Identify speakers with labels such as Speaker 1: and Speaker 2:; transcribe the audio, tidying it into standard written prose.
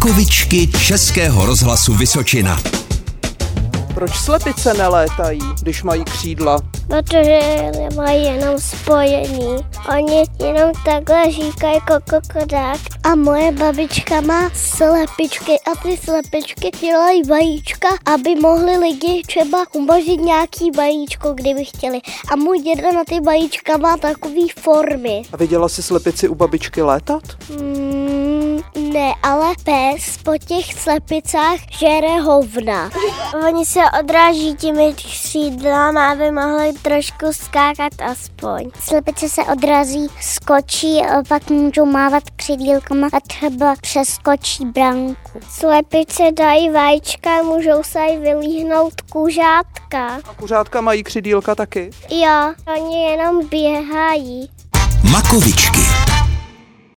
Speaker 1: Makovičky Českého rozhlasu Vysočina.
Speaker 2: Proč slepice nelétají, když mají křídla?
Speaker 3: Protože nemají jenom spojení. Oni jenom takhle říkají kokokodák. A moje babička má slepičky a ty slepičky dělají vajíčka, aby mohli lidi třeba umožnit nějaký vajíčko, kdyby chtěli. A můj děda na ty vajíčka má takový formy.
Speaker 2: A viděla jsi slepici u babičky létat?
Speaker 3: Ne, ale pes po těch slepicách žere hovna. Oni se odráží těmi křídlama, aby mohli trošku skákat aspoň. Slepice se odrazí, skočí a pak můžou mávat křidílkama a třeba přeskočí branku. Slepice dají vajíčka, můžou se i vylíhnout kuřátka.
Speaker 2: A kuřátka mají křidílka taky?
Speaker 3: Jo, oni jenom běhají.
Speaker 1: Makovičky.